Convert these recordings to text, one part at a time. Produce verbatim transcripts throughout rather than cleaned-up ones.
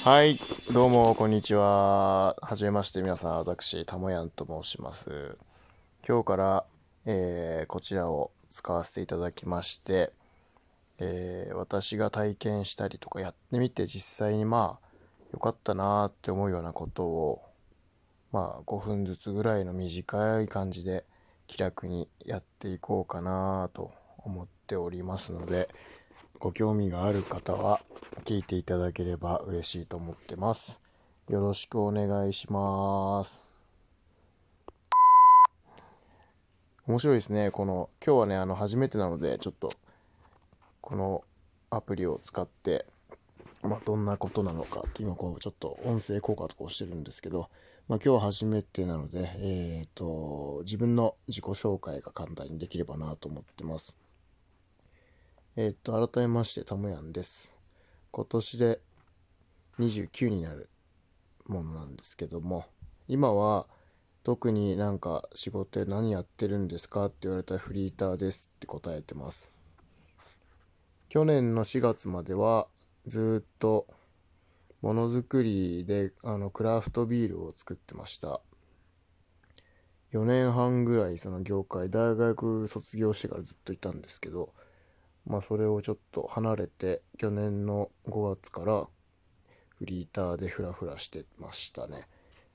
はい、どうも、こんにちは。はじめまして、皆さん、私、たもやんと申します。今日から、えーこちらを使わせていただきまして、えー私が体験したりとかやってみて、実際にまあ、よかったなーって思うようなことを、まあ、ごふんずつぐらいの短い感じで、気楽にやっていこうかなと思っておりますので、ご興味がある方は聞いていただければ嬉しいと思ってます。よろしくお願いします。面白いですね。この、今日はね、あの、初めてなので、ちょっと、このアプリを使って、まあ、どんなことなのかって今、こう、ちょっと音声効果とかをしてるんですけど、まあ、今日は初めてなので、えっと、自分の自己紹介が簡単にできればなと思ってます。えっと、改めまして、たもやんです。今年でにじゅうきゅうになるものなんですけども、今は特になんか仕事で何やってるんですかって言われたらフリーターですって答えてます。去年のしがつまではずっとものづくりであのクラフトビールを作ってました。よねんはんぐらいその業界、大学卒業してからずっといたんですけど、まあそれをちょっと離れて去年のごがつからフリーターでフラフラしてましたね。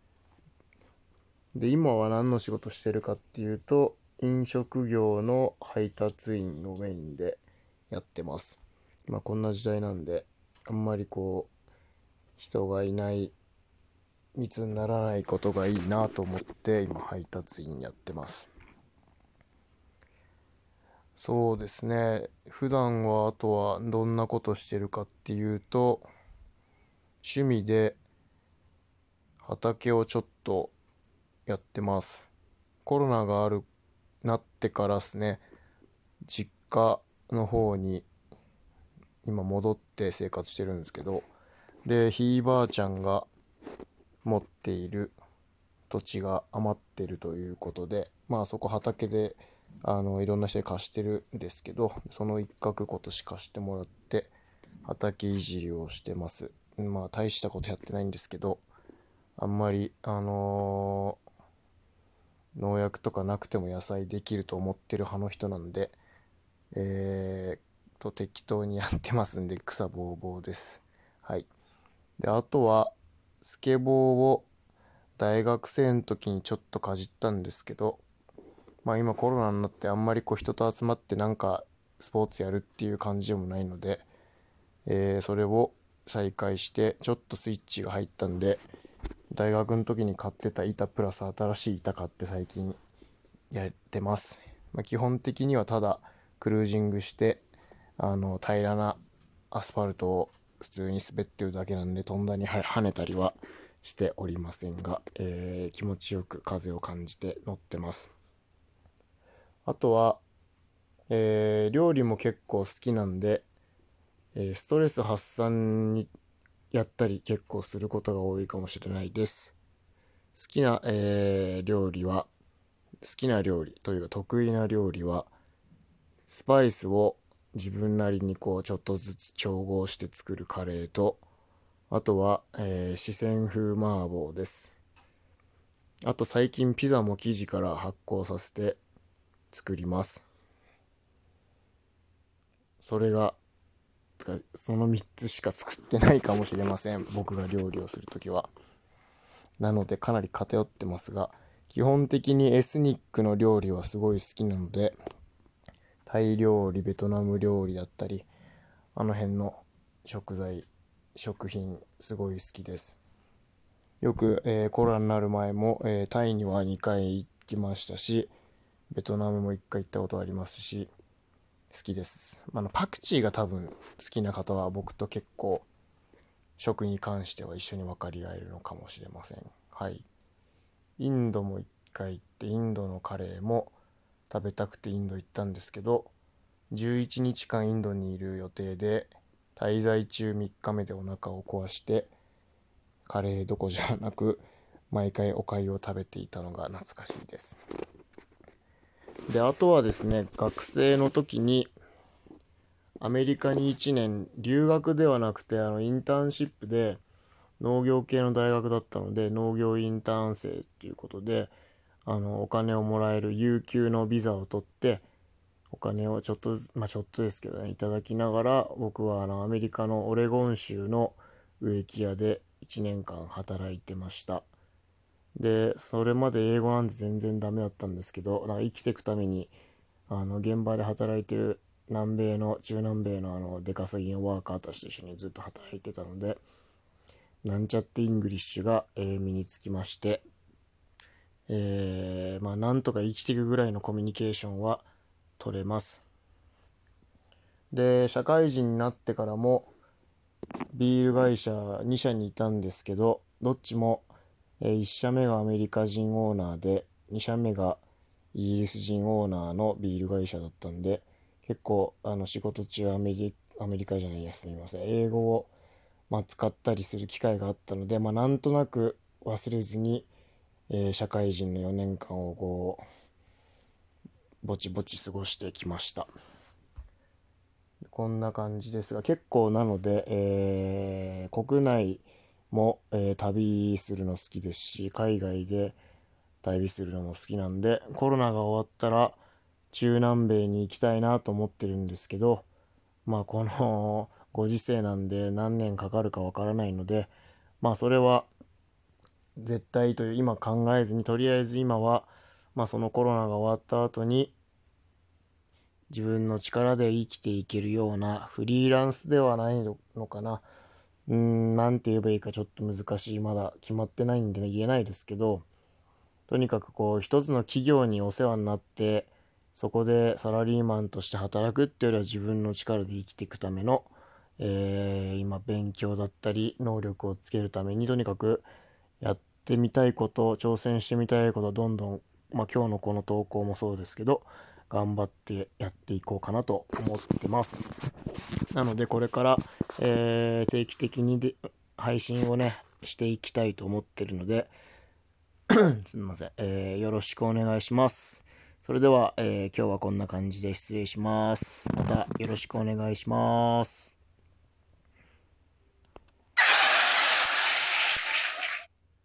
で、今は何の仕事してるかっていうと、飲食業の配達員をメインでやってます。まあこんな時代なんで、あんまりこう、人がいない、密にならないことがいいなと思って、今配達員やってます。そうですね。普段はあとはどんなことしてるかっていうと、趣味で畑をちょっとやってます。コロナがある、なってからですね、実家の方に今戻って生活してるんですけど、でひいばあちゃんが持っている土地が余ってるということで、まあそこ畑であのいろんな人に貸してるんですけど、その一角今年貸してもらって畑いじりをしてます。まあ大したことやってないんですけど、あんまりあのー農薬とかなくても野菜できると思ってる派の人なんで、えーと適当にやってますんで草ぼうぼうです。はい。で、あとは、スケボーを大学生の時にちょっとかじったんですけど、まあ今コロナになってあんまりこう人と集まってなんかスポーツやるっていう感じでもないので、えーそれを再開してちょっとスイッチが入ったんで、大学の時に買ってた板プラス新しい板買って最近やってます。まあ、基本的にはただクルージングして、あの平らなアスファルトを普通に滑ってるだけなんで、飛んだり跳ねたりはしておりませんが、えー気持ちよく風を感じて乗ってます。あとは、えー料理も結構好きなんで、えーストレス発散にやったり結構することが多いかもしれないです。好きな、えー料理は好きな料理というか得意な料理は、スパイスを自分なりにこうちょっとずつ調合して作るカレーと、あとは、えー四川風麻婆です。あと最近ピザも生地から発酵させて作ります。それが、そのみっつしか作ってないかもしれません。僕が料理をするときは。なのでかなり偏ってますが、基本的にエスニックの料理はすごい好きなので、タイ料理、ベトナム料理だったり、あの辺の食材、食品、すごい好きです。よく、えーコロナになる前も、えータイにはにかい行きましたし、ベトナムもいっかい行ったことありますし、好きです。あの、パクチーが多分好きな方は僕と結構食に関しては一緒に分かり合えるのかもしれません。はい。インドもいっかい行って、インドのカレーも食べたくてインド行ったんですけど、じゅういちにちかんインドにいる予定で、滞在中みっかめでお腹を壊して、カレーどこじゃなく、毎回お粥を食べていたのが懐かしいです。で、あとはですね、学生の時にアメリカにいちねん留学ではなくてあのインターンシップで農業系の大学だったので、農業インターン生ということで、あの、お金をもらえる有給のビザを取って、お金をちょっとずつ、まあちょっとですけどね、いただきながら、僕はあの、アメリカのオレゴン州の植木屋でいちねんかん働いてました。で、それまで英語なんて全然ダメだったんですけど、なんか生きていくために、あの、現場で働いてる南米の、中南米のあの、出稼ぎのワーカーたちと一緒にずっと働いてたので、なんちゃってイングリッシュが、えー身につきまして、えー、まあなんとか生きていくぐらいのコミュニケーションは取れます。で、社会人になってからもビール会社に社にいたんですけど、どっちも、えーいち社目がアメリカ人オーナーで、に社目がイギリス人オーナーのビール会社だったんで、結構あの仕事中アメリ、アメリカじゃないや、すみません、英語を、まあ、使ったりする機会があったので、まあ、なんとなく忘れずに、えー社会人のよねんかんをこう、ぼちぼち過ごしてきました。こんな感じですが、結構なので、えー国内も、えー旅するの好きですし、海外で旅するのも好きなんで、コロナが終わったら中南米に行きたいなと思ってるんですけど、まあこのご時世なんで何年かかるかわからないので、まあそれは絶対という今考えずに、とりあえず今は、まあそのコロナが終わった後に自分の力で生きていけるようなフリーランスではないのかな。うーん、なんて言えばいいかちょっと難しい。まだ決まってないんで言えないですけど、とにかくこう、一つの企業にお世話になって、そこでサラリーマンとして働くっていうよりは自分の力で生きていくための、えー今勉強だったり能力をつけるためにとにかくやってみたいこと、挑戦してみたいことをどんどん、まあ今日のこの投稿もそうですけど、頑張ってやっていこうかなと思ってます。なのでこれから、えー定期的にで配信をね、していきたいと思ってるので、すみません、えーよろしくお願いします。それでは、えー今日はこんな感じで失礼します。またよろしくお願いします。